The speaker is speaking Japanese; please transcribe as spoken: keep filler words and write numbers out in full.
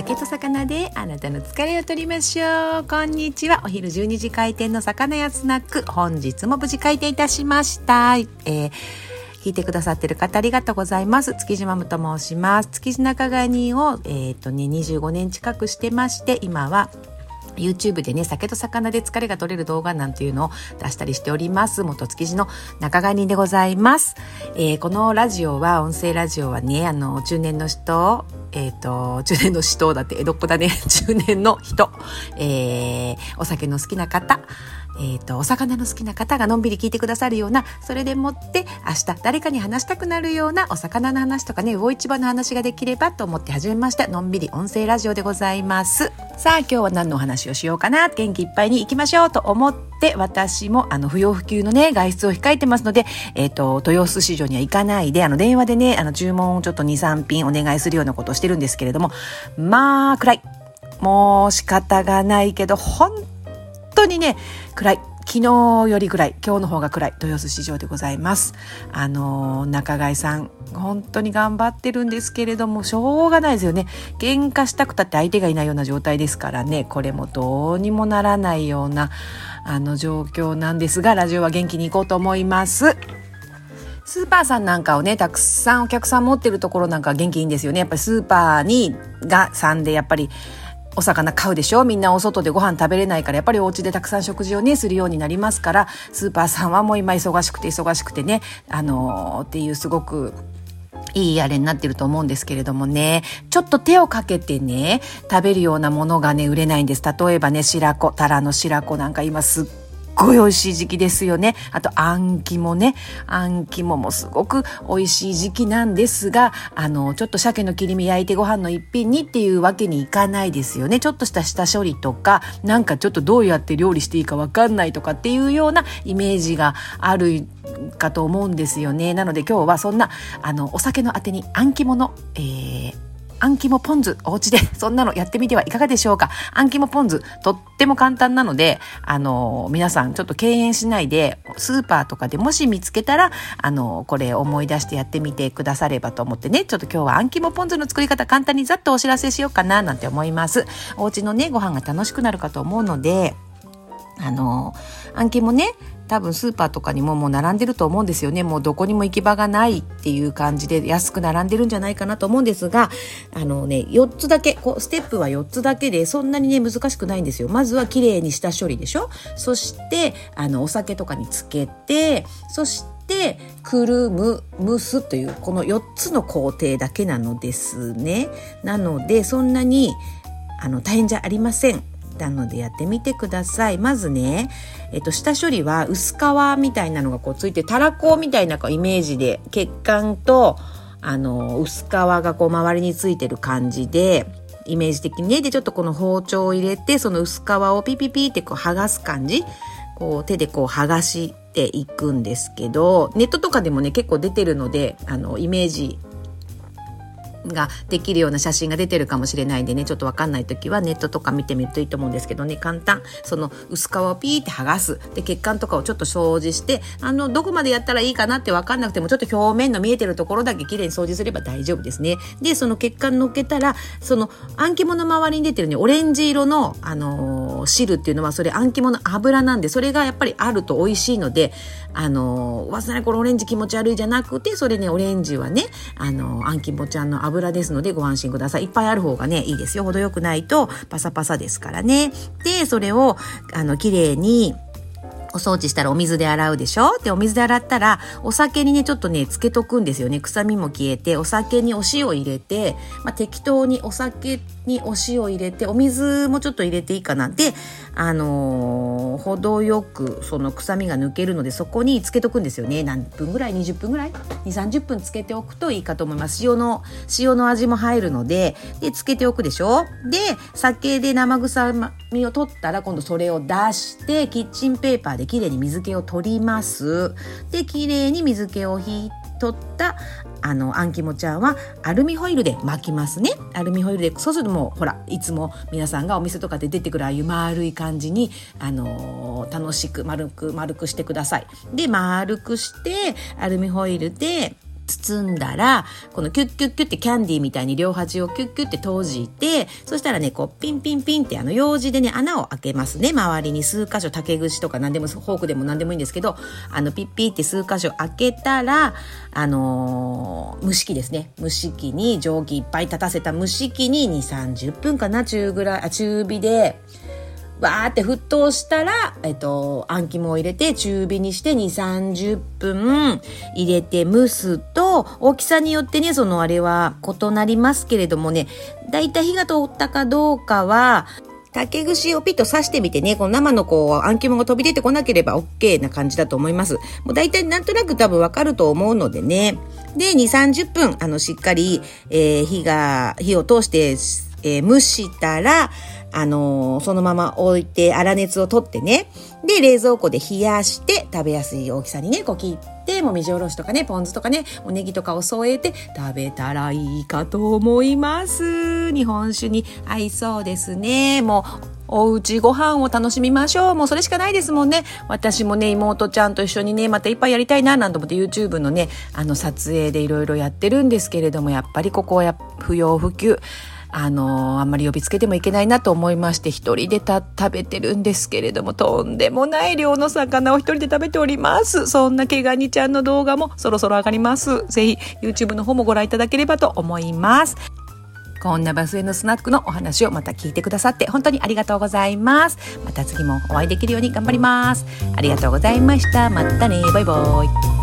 酒と魚であなたの疲れを取りましょう。こんにちは。お昼じゅうにじ開店の魚屋スナック、本日も無事開店いたしました。えー聞いてくださってる方ありがとうございます。築地マムと申します。築地仲買人を、えーとね、にじゅうごねん近くしてまして、今はYouTube でね、酒と魚で疲れが取れる動画なんていうのを出したりしております。元築地の仲買人でございます。えー、このラジオは、音声ラジオはね、あの、中年の人、えっと、中年の人だって江戸っ子だね。中年の人、えー、お酒の好きな方、えっと、お魚の好きな方がのんびり聞いてくださるような、それでもって明日誰かに話したくなるようなお魚の話とかね、魚市場の話ができればと思って始めました。のんびり音声ラジオでございます。さあ、今日は何のお話をしようかな、元気いっぱいに行きましょうと思って、私もあの不要不急のね、外出を控えてますので、えっと、豊洲市場には行かないで、あの電話でね、あの注文をちょっとに、さん品お願いするようなことをしてるんですけれども、まあ、暗い。もう仕方がないけど、本当にね、暗い。昨日より暗い。今日の方が暗い。豊洲市場でございます。あの、仲買さん、本当に頑張ってるんですけれども、しょうがないですよね。喧嘩したくたって相手がいないような状態ですからね、これもどうにもならないような、あの状況なんですが、ラジオは元気に行こうと思います。スーパーさんなんかをね、たくさんお客さん持ってるところなんか元気いいんですよね。やっぱりスーパーに、が、さんでやっぱり、お魚買うでしょ。みんなお外でご飯食べれないから、やっぱりお家でたくさん食事をねするようになりますから、スーパーさんはもう今忙しくて忙しくてね、あのー、っていうすごくいいあれになってると思うんですけれどもね、ちょっと手をかけてね食べるようなものがね売れないんです。例えばね、白子、タラの白子なんか今すっすっごい美味しい時期ですよね。あとあん肝ね、あん肝もすごく美味しい時期なんですが、あのちょっと鮭の切り身焼いてご飯の一品にっていうわけにいかないですよね。ちょっとした下処理とか、なんかちょっとどうやって料理していいかわかんないとかっていうようなイメージがあるかと思うんですよね。なので今日はそんなあのお酒のあてにあん肝の、えーあん肝ポン酢、お家でそんなのやってみてはいかがでしょうか。あん肝ポン酢とっても簡単なので、あの皆さんちょっと敬遠しないで、スーパーとかでもし見つけたら、あのこれ思い出してやってみてくださればと思ってね、ちょっと今日はあん肝ポン酢の作り方簡単にざっとお知らせしようかななんて思います。お家のねご飯が楽しくなるかと思うので、あのあん肝ね、多分スーパーとかにももう並んでると思うんですよね。もうどこにも行き場がないっていう感じで安く並んでるんじゃないかなと思うんですが、あのね、よっつだけ、こうステップはよっつだけでそんなにね難しくないんですよ。まずはきれいに下処理でしょ。そしてあのお酒とかにつけて、そしてくるむ、蒸すというこのよっつの工程だけなのですね。なのでそんなにあの大変じゃありません。なのでやってみてください。まずね、えっと、下処理は薄皮みたいなのがこうついて、たらこみたいなこうイメージで、血管とあの薄皮がこう周りについてる感じで、イメージ的にね。でちょっとこの包丁を入れて、その薄皮をピピピってこう剥がす感じ、こう手でこう剥がしていくんですけど、ネットとかでもね結構出てるので、あのイメージができるような写真が出てるかもしれないんでね、ちょっとわかんないときはネットとか見てみるといいと思うんですけどね、簡単。その薄皮をピーって剥がす。で、血管とかをちょっと掃除して、あの、どこまでやったらいいかなってわかんなくても、ちょっと表面の見えてるところだけきれいに掃除すれば大丈夫ですね。で、その血管乗っけたら、その、あん肝の周りに出てるね、オレンジ色の、あのー、汁っていうのは、それあん肝の油なんで、それがやっぱりあると美味しいので、あのー、わざないこれオレンジ気持ち悪いじゃなくて、それね、オレンジはね、あのー、あん肝ちゃんの油ですのでご安心ください。いっぱいある方がねいいですよ。程よくないとパサパサですからね。でそれをあの綺麗にお掃除したらお水で洗うでしょ。でお水で洗ったらお酒にねちょっとねつけとくんですよね。臭みも消えて、お酒にお塩入れて、まあ、適当にお酒にお塩入れて、お水もちょっと入れていいかな。であのー、程よくその臭みが抜けるので、そこにつけとくんですよね。何分ぐらい、にじゅっぷんぐらい、に、さんじゅっぷんつけておくといいかと思います。塩の塩の味も入るので、でつけておくでしょ。で酒で生臭みを取ったら、今度それを出してキッチンペーパーできれいに水気を取ります。できれいに水気を引い取ったあのあん肝ちゃんはアルミホイルで巻きますね。アルミホイルで、そうするともうほら、いつも皆さんがお店とかで出てくるああいう丸い感じに、あのー、楽しく丸く丸くしてください。で丸くしてアルミホイルで包んだら、このキュッキュッキュッってキャンディーみたいに両端をキュッキュッって閉じて、そしたらね、こうピンピンピンってあの用紙でね、穴を開けますね。周りに数箇所、竹串とか何でも、フォークでも何でもいいんですけど、あのピッピーって数箇所開けたら、あのー、蒸し器ですね。蒸し器に蒸気いっぱい立たせた蒸し器にに、さんじゅっぷんかな、中ぐらい、あ、中火で、わーって沸騰したら、えっと、あん肝を入れて中火にしてに、さんじゅっぷん入れて蒸すと、大きさによってね、そのあれは異なりますけれどもね、だいたい火が通ったかどうかは、竹串をピッと刺してみてね、この生のこう、あん肝が飛び出てこなければ OK な感じだと思います。もうだいたいなんとなく多分わかると思うのでね。で、に、さんじゅっぷん、あの、しっかり、えー、火が、火を通して、えー、蒸したら、あのー、そのまま置いて粗熱を取ってね。で、冷蔵庫で冷やして食べやすい大きさにね、こう切って、もみじおろしとかね、ポン酢とかね、おネギとかを添えて食べたらいいかと思います。日本酒に合いそうですね。もう、おうちご飯を楽しみましょう。もうそれしかないですもんね。私もね、妹ちゃんと一緒にね、またいっぱいやりたいななんて思って YouTube のね、あの撮影でいろいろやってるんですけれども、やっぱりここはや不要不急。あのー、あんまり呼びつけてもいけないなと思いまして、一人でた食べてるんですけれども、とんでもない量の魚を一人で食べております。そんな毛ガニちゃんの動画もそろそろ上がります。ぜひ YouTube の方もご覧いただければと思います。こんなバスへのスナックのお話をまた聞いてくださって本当にありがとうございます。また次もお会いできるように頑張ります。ありがとうございました。またね。バイバイ。